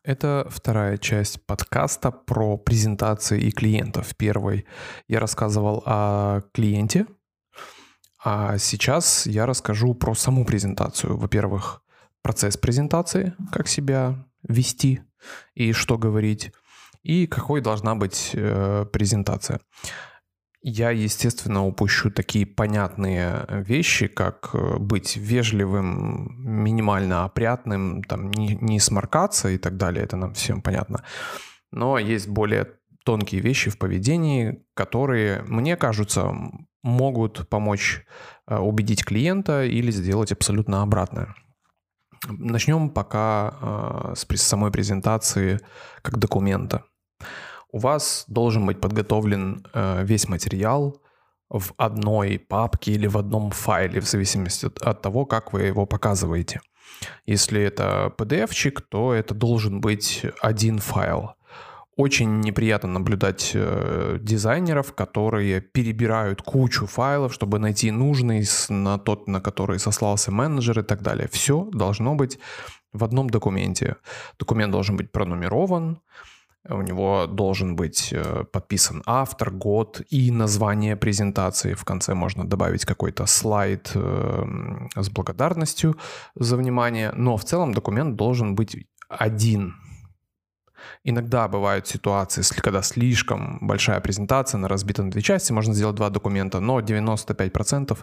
Это вторая часть подкаста про презентации и клиентов. В первой я рассказывал о клиенте, а сейчас я расскажу про саму презентацию. Во-первых, процесс презентации, как себя вести и что говорить, и какой должна быть презентация. Я, естественно, упущу такие понятные вещи, как быть вежливым, минимально опрятным, там, не сморкаться и так далее, это нам всем понятно. Но есть более тонкие вещи в поведении, которые, мне кажется, могут помочь убедить клиента или сделать абсолютно обратное. Начнем пока с самой презентации как документа. У вас должен быть подготовлен весь материал в одной папке или в одном файле, в зависимости от того, как вы его показываете. Если это PDF-чик, то это должен быть один файл. Очень неприятно наблюдать дизайнеров, которые перебирают кучу файлов, чтобы найти нужный на тот, на который сослался менеджер и так далее. Все должно быть в одном документе. Документ должен быть пронумерован, у него должен быть подписан автор, год и название презентации. В конце можно добавить какой-то слайд с благодарностью за внимание. Но в целом документ должен быть один. Иногда бывают ситуации, когда слишком большая презентация, она разбита на две части, можно сделать два документа, но 95%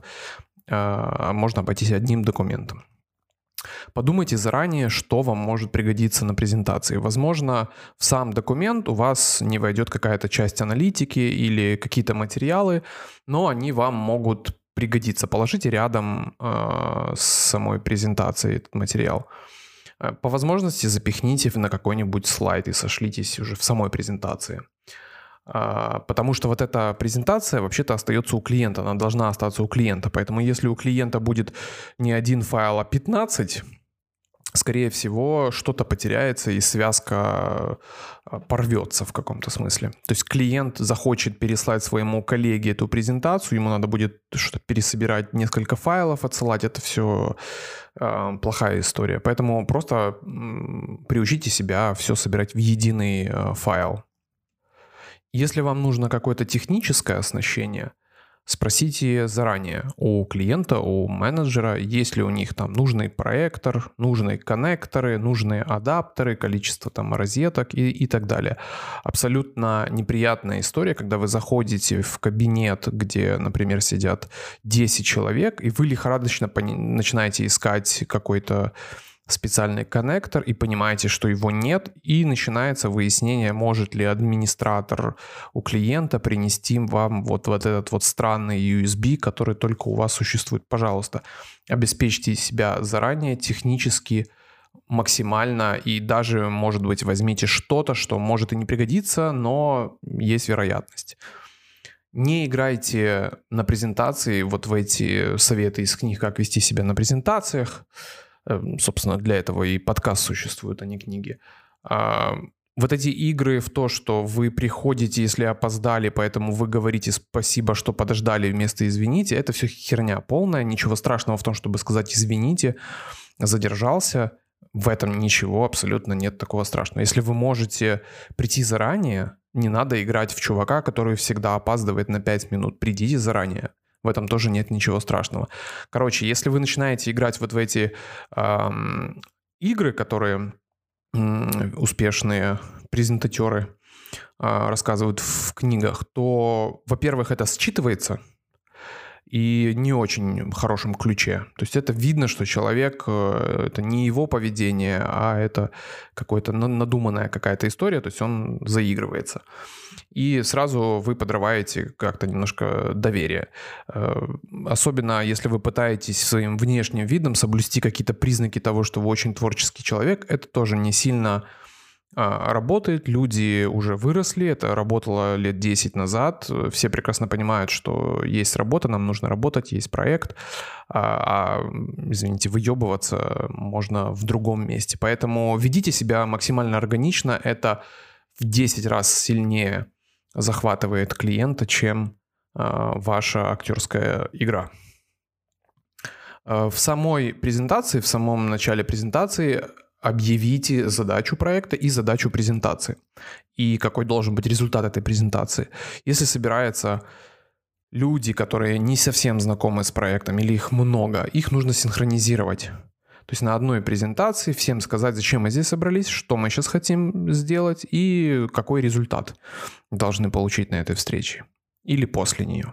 можно обойтись одним документом. Подумайте заранее, что вам может пригодиться на презентации. Возможно, в сам документ у вас не войдет какая-то часть аналитики или какие-то материалы, но они вам могут пригодиться. Положите рядом с самой презентацией этот материал. По возможности запихните на какой-нибудь слайд и сошлитесь уже в самой презентации. Потому что вот эта презентация вообще-то остается у клиента, она должна остаться у клиента. Поэтому если у клиента будет не один файл, а 15, скорее всего, что-то потеряется и связка порвется в каком-то смысле. То есть клиент захочет переслать своему коллеге эту презентацию, ему надо будет что-то пересобирать, несколько файлов отсылать, это все плохая история. Поэтому просто приучите себя все собирать в единый файл. Если вам нужно какое-то техническое оснащение, спросите заранее у клиента, у менеджера, есть ли у них там нужный проектор, нужные коннекторы, нужные адаптеры, количество там розеток и так далее. Абсолютно неприятная история, когда вы заходите в кабинет, где, например, сидят 10 человек, и вы лихорадочно начинаете искать какой-то специальный коннектор и понимаете, что его нет, и начинается выяснение, может ли администратор у клиента принести вам вот этот вот странный USB, который только у вас существует. Пожалуйста, обеспечьте себя заранее технически максимально, и даже, может быть, возьмите что-то, что может и не пригодиться, но есть вероятность. Не играйте на презентации вот в эти советы из книг, как вести себя на презентациях. Собственно, для этого и подкаст существует, а не книги. Вот эти игры в то, что вы приходите, если опоздали, поэтому вы говорите спасибо, что подождали вместо извините, это все херня полная. Ничего страшного в том, чтобы сказать извините, задержался. В этом ничего абсолютно нет такого страшного. Если вы можете прийти заранее, не надо играть в чувака, который всегда опаздывает на 5 минут. Придите заранее. В этом тоже нет ничего страшного. Короче, если вы начинаете играть вот в эти игры, которые успешные презентаторы рассказывают в книгах, то, во-первых, это считывается и не очень хорошем ключе. То есть это видно, что человек, это не его поведение, а это какая-то надуманная какая-то история, то есть он заигрывается. И сразу вы подрываете как-то немножко доверие. Особенно если вы пытаетесь своим внешним видом соблюсти какие-то признаки того, что вы очень творческий человек, это тоже не сильно работает, люди уже выросли, это работало лет 10 назад, все прекрасно понимают, что есть работа, нам нужно работать, есть проект, извините, выебываться можно в другом месте. Поэтому ведите себя максимально органично, это в 10 раз сильнее захватывает клиента, чем ваша актерская игра. В самой презентации, в самом начале презентации объявите задачу проекта и задачу презентации. И какой должен быть результат этой презентации. Если собираются люди, которые не совсем знакомы с проектом, или их много, их нужно синхронизировать. То есть на одной презентации всем сказать, зачем мы здесь собрались, что мы сейчас хотим сделать и какой результат должны получить на этой встрече или после нее.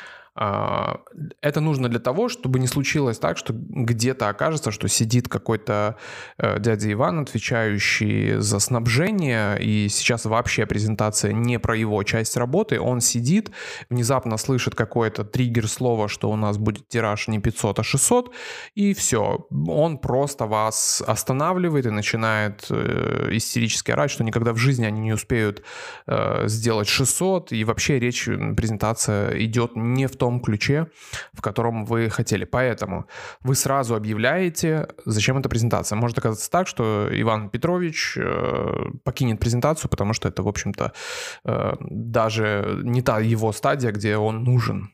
Это нужно для того, чтобы не случилось так, что где-то окажется, что сидит какой-то дядя Иван, отвечающий за снабжение, и сейчас вообще презентация не про его часть работы. Он сидит, внезапно слышит какое-то триггер-слово, что у нас будет тираж не 500, а 600, и все. Он просто вас останавливает и начинает истерически орать, что никогда в жизни они не успеют сделать 600, и вообще презентация идет не в том ключе, в котором вы хотели. Поэтому вы сразу объявляете, зачем эта презентация. Может оказаться так, что Иван Петрович покинет презентацию, потому что это, в общем-то, даже не та его стадия, где он нужен.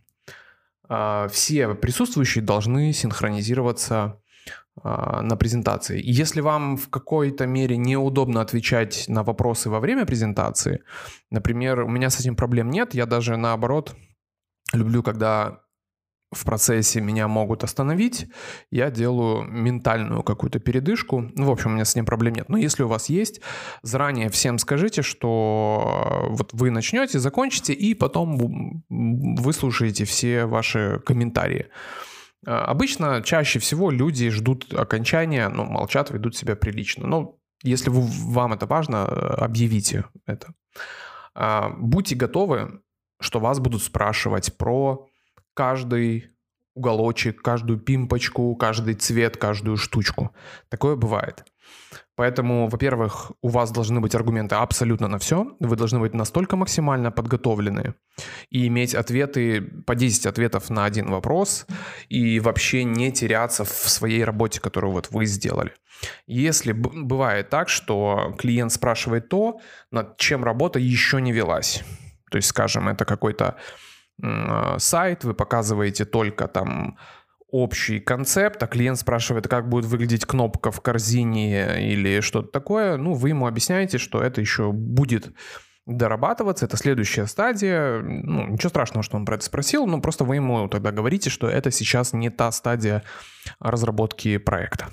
Все присутствующие должны синхронизироваться на презентации. И если вам в какой-то мере неудобно отвечать на вопросы во время презентации, например, у меня с этим проблем нет, я даже наоборот люблю, когда в процессе меня могут остановить, я делаю ментальную какую-то передышку. В общем, у меня с ним проблем нет. Но если у вас есть, заранее всем скажите, что вот вы начнете, закончите, и потом выслушаете все ваши комментарии. Обычно, чаще всего люди ждут окончания, молчат, ведут себя прилично. Но если вам это важно, объявите это. Будьте готовы, что вас будут спрашивать про каждый уголочек, каждую пимпочку, каждый цвет, каждую штучку. Такое бывает. Поэтому, во-первых, у вас должны быть аргументы абсолютно на все. Вы должны быть настолько максимально подготовлены и иметь ответы, по 10 ответов на один вопрос, и вообще не теряться в своей работе, которую вот вы сделали. Если бывает так, что клиент спрашивает то, над чем работа еще не велась. То есть, скажем, это какой-то сайт, вы показываете только там общий концепт, а клиент спрашивает, как будет выглядеть кнопка в корзине или что-то такое, вы ему объясняете, что это еще будет дорабатываться, это следующая стадия. Ничего страшного, что он про это спросил, но просто вы ему тогда говорите, что это сейчас не та стадия разработки проекта.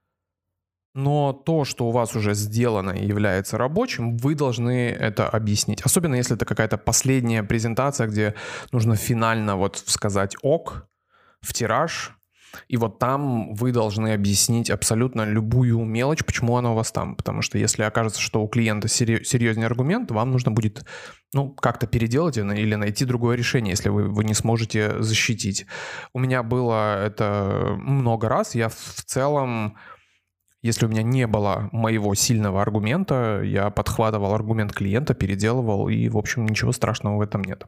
Но то, что у вас уже сделано и является рабочим, вы должны это объяснить. Особенно если это какая-то последняя презентация, где нужно финально сказать «ок» в тираж. И вот там вы должны объяснить абсолютно любую мелочь, почему она у вас там. Потому что если окажется, что у клиента серьезный аргумент, вам нужно будет как-то переделать или найти другое решение, если вы не сможете защитить. У меня было это много раз. Я в целом... Если у меня не было моего сильного аргумента, я подхватывал аргумент клиента, переделывал, и, в общем, ничего страшного в этом нет.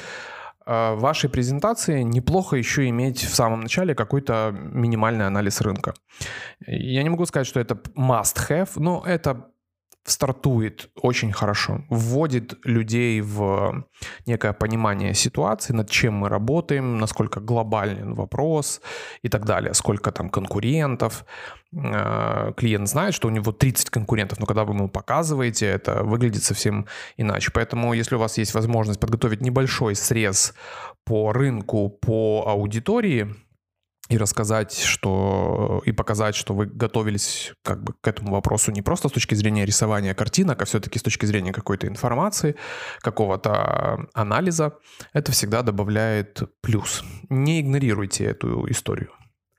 В вашей презентации неплохо еще иметь в самом начале какой-то минимальный анализ рынка. Я не могу сказать, что это must-have, но это стартует очень хорошо, вводит людей в некое понимание ситуации, над чем мы работаем, насколько глобален вопрос и так далее, сколько там конкурентов. Клиент знает, что у него 30 конкурентов, но когда вы ему показываете, это выглядит совсем иначе. Поэтому, если у вас есть возможность подготовить небольшой срез по рынку, по аудитории, и рассказать, и показать, что вы готовились к этому вопросу не просто с точки зрения рисования картинок, а все-таки с точки зрения какой-то информации, какого-то анализа, это всегда добавляет плюс. Не игнорируйте эту историю.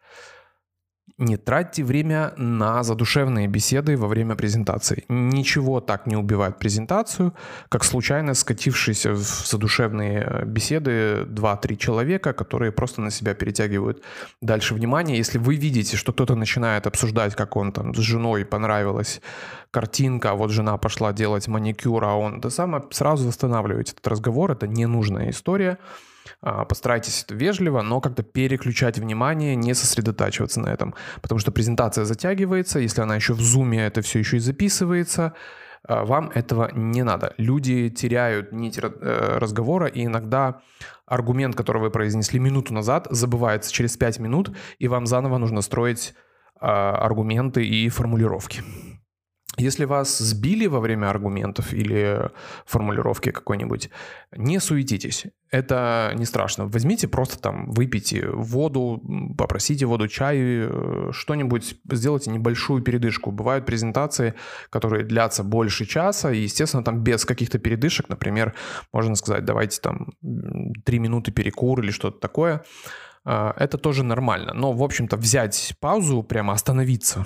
Не тратьте время на задушевные беседы во время презентации. Ничего так не убивает презентацию, как случайно скатившиеся в задушевные беседы 2-3 человека, которые просто на себя перетягивают дальше внимание. Если вы видите, что кто-то начинает обсуждать, как он там с женой понравилась картинка, а вот жена пошла делать маникюр, а он сразу останавливаете этот разговор, это ненужная история. Постарайтесь это вежливо, но как-то переключать внимание, не сосредотачиваться на этом. Потому что презентация затягивается, если она еще в зуме, это все еще и записывается. Вам этого не надо. Люди теряют нить разговора, и иногда аргумент, который вы произнесли минуту назад, забывается через 5 минут, и вам заново нужно строить аргументы и формулировки. Если вас сбили во время аргументов или формулировки какой-нибудь, не суетитесь. Это не страшно. Возьмите просто там, выпейте воду, попросите воду, чай, что-нибудь, сделайте небольшую передышку. Бывают презентации, которые длятся больше часа, и, естественно, там без каких-то передышек, например, можно сказать, давайте там 3 минуты перекур или что-то такое. Это тоже нормально. Но, в общем-то, взять паузу, прямо остановиться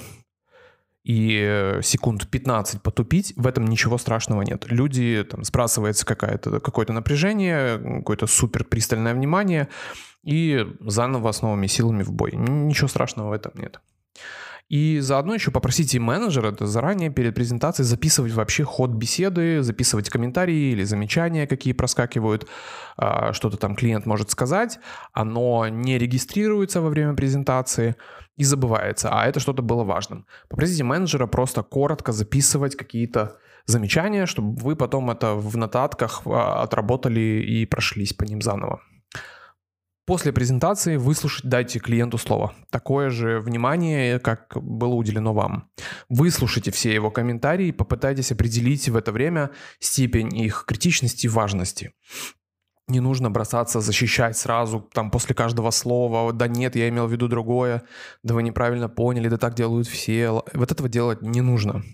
и секунд 15 потупить, в этом ничего страшного нет. Люди, там, сбрасывается какое-то напряжение, какое-то супер пристальное внимание, и заново с новыми силами в бой. Ничего страшного в этом нет. И заодно еще попросите менеджера заранее перед презентацией записывать вообще ход беседы, записывать комментарии или замечания, какие проскакивают, что-то там клиент может сказать, оно не регистрируется во время презентации и забывается, а это что-то было важным. Попросите менеджера просто коротко записывать какие-то замечания, чтобы вы потом это в нотатках отработали и прошлись по ним заново. После презентации выслушать дайте клиенту слово. Такое же внимание, как было уделено вам. Выслушайте все его комментарии и попытайтесь определить в это время степень их критичности и важности. Не нужно бросаться защищать сразу, там, после каждого слова. Да нет, я имел в виду другое. Да вы неправильно поняли, да так делают все. Вот этого делать не нужно.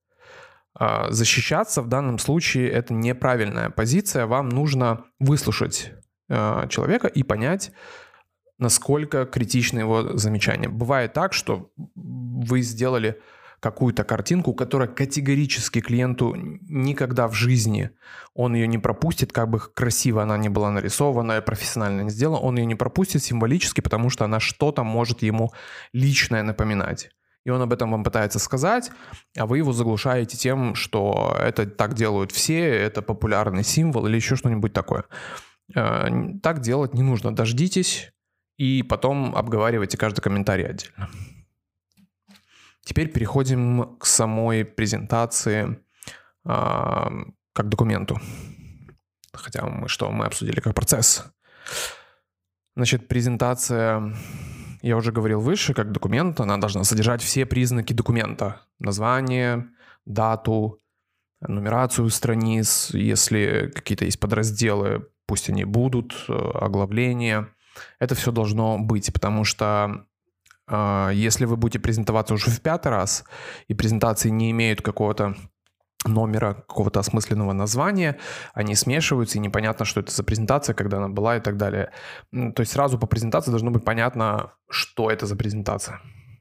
Защищаться в данном случае это неправильная позиция. Вам нужно выслушать человека и понять, насколько критичны его замечания. Бывает так, что вы сделали какую-то картинку, которая категорически клиенту никогда в жизни он ее не пропустит, как бы красиво она ни была нарисована, профессионально не сделана, он ее не пропустит символически, потому что она что-то может ему личное напоминать. И он об этом вам пытается сказать, а вы его заглушаете тем, что это так делают все, это популярный символ или еще что-нибудь такое. Так делать не нужно. Дождитесь и потом обговаривайте каждый комментарий отдельно. Теперь переходим к самой презентации как документу. Хотя мы обсудили как процесс. Значит, презентация, я уже говорил выше, как документ, она должна содержать все признаки документа. Название, дату, нумерацию страниц, если какие-то есть подразделы, пусть они будут, оглавление. Это все должно быть, потому что если вы будете презентоваться уже в 5-й раз, и презентации не имеют какого-то номера, какого-то осмысленного названия, они смешиваются, и непонятно, что это за презентация, когда она была и так далее. То есть сразу по презентации должно быть понятно, что это за презентация.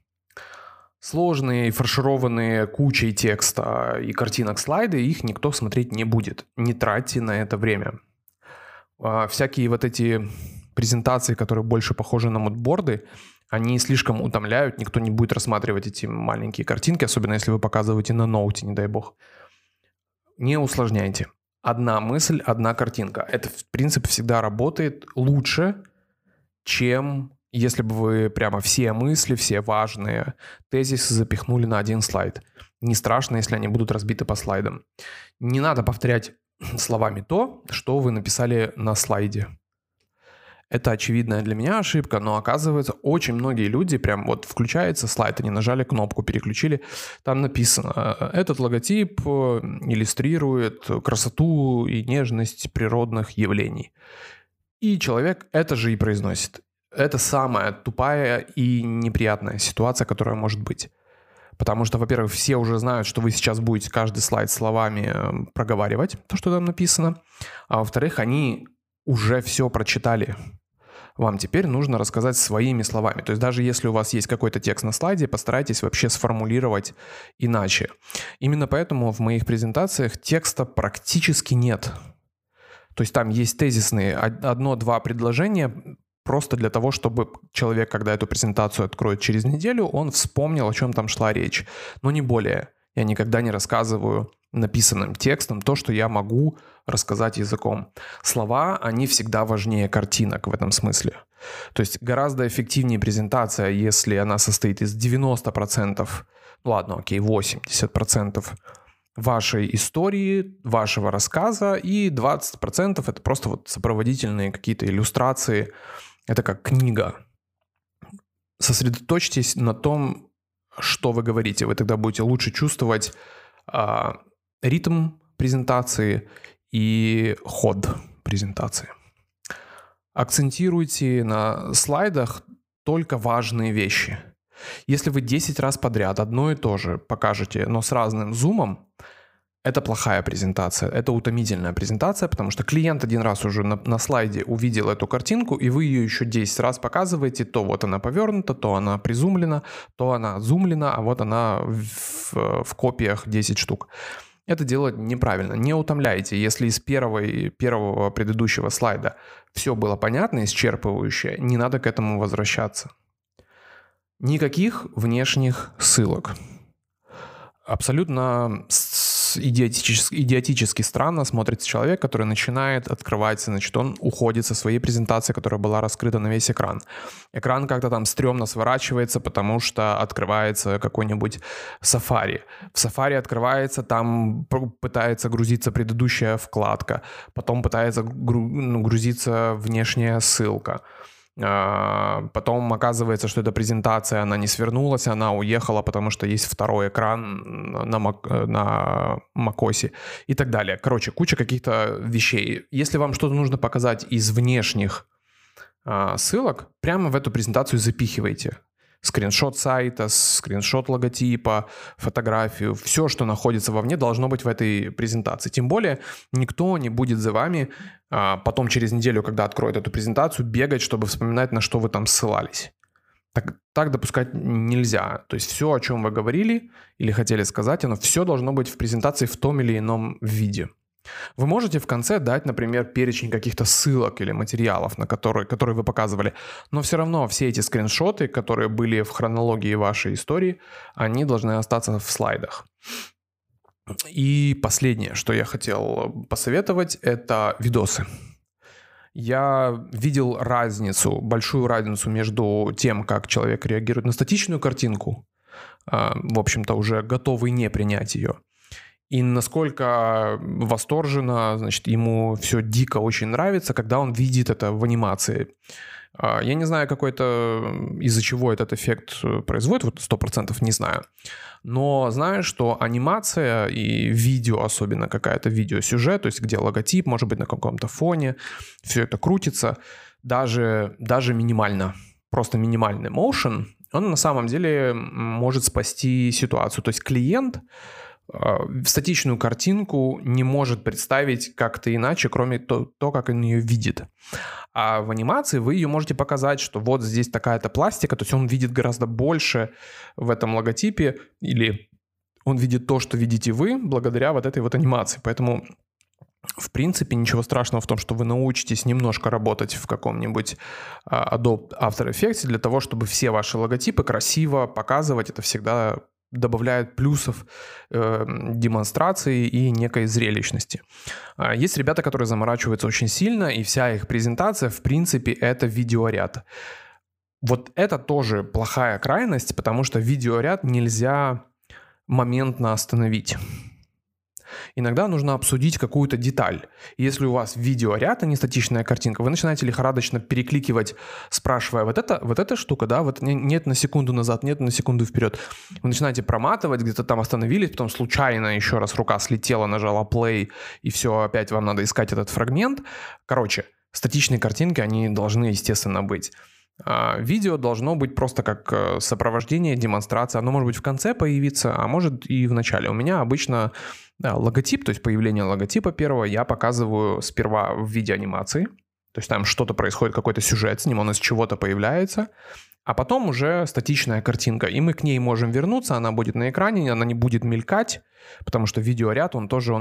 Сложные, фаршированные кучей текста и картинок слайды, их никто смотреть не будет. Не тратьте на это время. Всякие вот эти презентации, которые больше похожи на мудборды, они слишком утомляют, никто не будет рассматривать эти маленькие картинки, особенно если вы показываете на ноуте, не дай бог. Не усложняйте. Одна мысль, одна картинка. Это, в принципе, всегда работает лучше, чем если бы вы прямо все мысли, все важные тезисы запихнули на один слайд. Не страшно, если они будут разбиты по слайдам. Не надо повторять словами то, что вы написали на слайде. Это очевидная для меня ошибка, но оказывается, очень многие люди прям вот включается слайд, они нажали кнопку, переключили, там написано, этот логотип иллюстрирует красоту и нежность природных явлений. И человек это же и произносит. Это самая тупая и неприятная ситуация, которая может быть. Потому что, во-первых, все уже знают, что вы сейчас будете каждый слайд словами проговаривать, то, что там написано. А во-вторых, они уже все прочитали. Вам теперь нужно рассказать своими словами. То есть даже если у вас есть какой-то текст на слайде, постарайтесь вообще сформулировать иначе. Именно поэтому в моих презентациях текста практически нет. То есть там есть тезисные 1-2 предложения, просто для того, чтобы человек, когда эту презентацию откроет через неделю, он вспомнил, о чем там шла речь. Но не более. Я никогда не рассказываю написанным текстом то, что я могу рассказать языком. Слова, они всегда важнее картинок в этом смысле. То есть гораздо эффективнее презентация, если она состоит из 90%, 80% вашей истории, вашего рассказа, и 20% это просто вот сопроводительные какие-то иллюстрации. Это как книга. Сосредоточьтесь на том, что вы говорите. Вы тогда будете лучше чувствовать ритм презентации и ход презентации. Акцентируйте на слайдах только важные вещи. Если вы 10 раз подряд одно и то же покажете, но с разным зумом, это плохая презентация, это утомительная презентация, потому что клиент один раз уже на слайде увидел эту картинку, и вы ее еще 10 раз показываете, то вот она повернута, то она призумлена, то она зумлена, а вот она в копиях 10 штук. Это делать неправильно. Не утомляйте. Если из первого предыдущего слайда все было понятно, исчерпывающе, не надо к этому возвращаться. Никаких внешних ссылок. Абсолютно идиотически странно смотрится человек, который начинает открывать, значит, он уходит со своей презентации, которая была раскрыта на весь экран. Экран как-то там стрёмно сворачивается, потому что открывается какой-нибудь Safari. В Safari открывается, там пытается грузиться предыдущая вкладка, потом пытается грузиться внешняя ссылка. Потом оказывается, что эта презентация, она не свернулась, она уехала, потому что есть второй экран на macOS и так далее. Короче, куча каких-то вещей. Если вам что-то нужно показать из внешних ссылок, прямо в эту презентацию запихивайте. Скриншот сайта, скриншот логотипа, фотографию. Все, что находится вовне, должно быть в этой презентации. Тем более, никто не будет за вами потом через неделю, когда откроет эту презентацию, бегать, чтобы вспоминать, на что вы там ссылались. Так допускать нельзя. То есть все, о чем вы говорили или хотели сказать, оно все должно быть в презентации в том или ином виде. Вы можете в конце дать, например, перечень каких-то ссылок или материалов, на которые вы показывали, но все равно все эти скриншоты, которые были в хронологии вашей истории, они должны остаться в слайдах. И последнее, что я хотел посоветовать, это видосы. Я видел большую разницу между тем, как человек реагирует на статичную картинку, в общем-то, уже готовый не принять ее, и насколько восторженно, значит, ему все дико очень нравится, когда он видит это в анимации. Я не знаю, из-за чего этот эффект производит, вот 100% не знаю. Но знаю, что анимация и видео, особенно какая-то видеосюжет, то есть где логотип, может быть, на каком-то фоне, все это крутится, даже минимально, просто минимальный motion, он на самом деле может спасти ситуацию. То есть клиент статичную картинку не может представить как-то иначе, кроме того, как он ее видит. А в анимации вы ее можете показать, что вот здесь такая-то пластика, то есть он видит гораздо больше в этом логотипе, или он видит то, что видите вы, благодаря вот этой вот анимации. Поэтому, в принципе, ничего страшного в том, что вы научитесь немножко работать в каком-нибудь Adobe After Effects для того, чтобы все ваши логотипы красиво показывать. Это всегда добавляет плюсов демонстрации и некой зрелищности. Есть ребята, которые заморачиваются очень сильно, и вся их презентация, в принципе, это видеоряд. Вот это тоже плохая крайность, потому что видеоряд нельзя моментно остановить. Иногда нужно обсудить какую-то деталь. Если у вас видеоряд, а не статичная картинка, вы начинаете лихорадочно перекликивать, спрашивая, вот эта штука, да, вот нет на секунду назад, нет на секунду вперед. Вы начинаете проматывать, где-то там остановились, потом случайно еще раз рука слетела, нажала play, и все, опять вам надо искать этот фрагмент. Короче, статичные картинки, они должны, естественно, быть. Видео должно быть просто как сопровождение, демонстрация. Оно может быть в конце появиться, а может и в начале. У меня обычно логотип, то есть появление логотипа первого я показываю сперва в виде анимации. То есть там что-то происходит, какой-то сюжет с ним, он из чего-то появляется. А потом уже статичная картинка. И мы к ней можем вернуться, она будет на экране, она не будет мелькать, потому что видеоряд,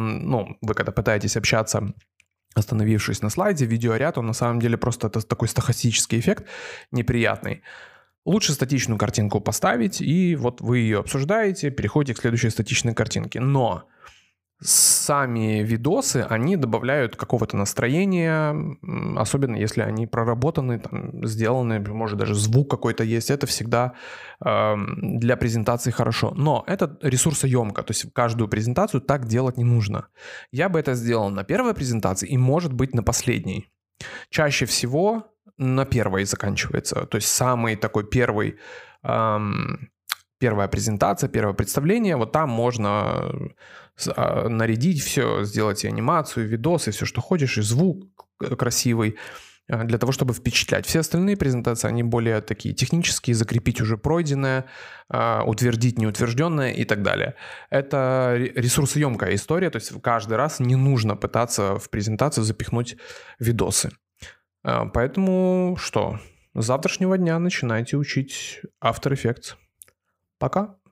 вы когда пытаетесь общаться, остановившись на слайде, видеоряд, он на самом деле просто это такой стохастический эффект неприятный. Лучше статичную картинку поставить, и вот вы ее обсуждаете, переходите к следующей статичной картинке. Но сами видосы, они добавляют какого-то настроения, особенно если они проработаны, там, сделаны, может даже звук какой-то есть, это всегда для презентации хорошо. Но это ресурсоемко, то есть каждую презентацию так делать не нужно. Я бы это сделал на первой презентации и, может быть, на последней. Чаще всего на первой заканчивается, то есть самый такой первый первая презентация, первое представление, вот там можно нарядить все, сделать и анимацию, и видосы, все, что хочешь, и звук красивый, для того, чтобы впечатлять. Все остальные презентации, они более такие технические, закрепить уже пройденное, утвердить неутвержденное и так далее. Это ресурсоемкая история, то есть каждый раз не нужно пытаться в презентацию запихнуть видосы. Поэтому что? С завтрашнего дня начинайте учить After Effects. Пока.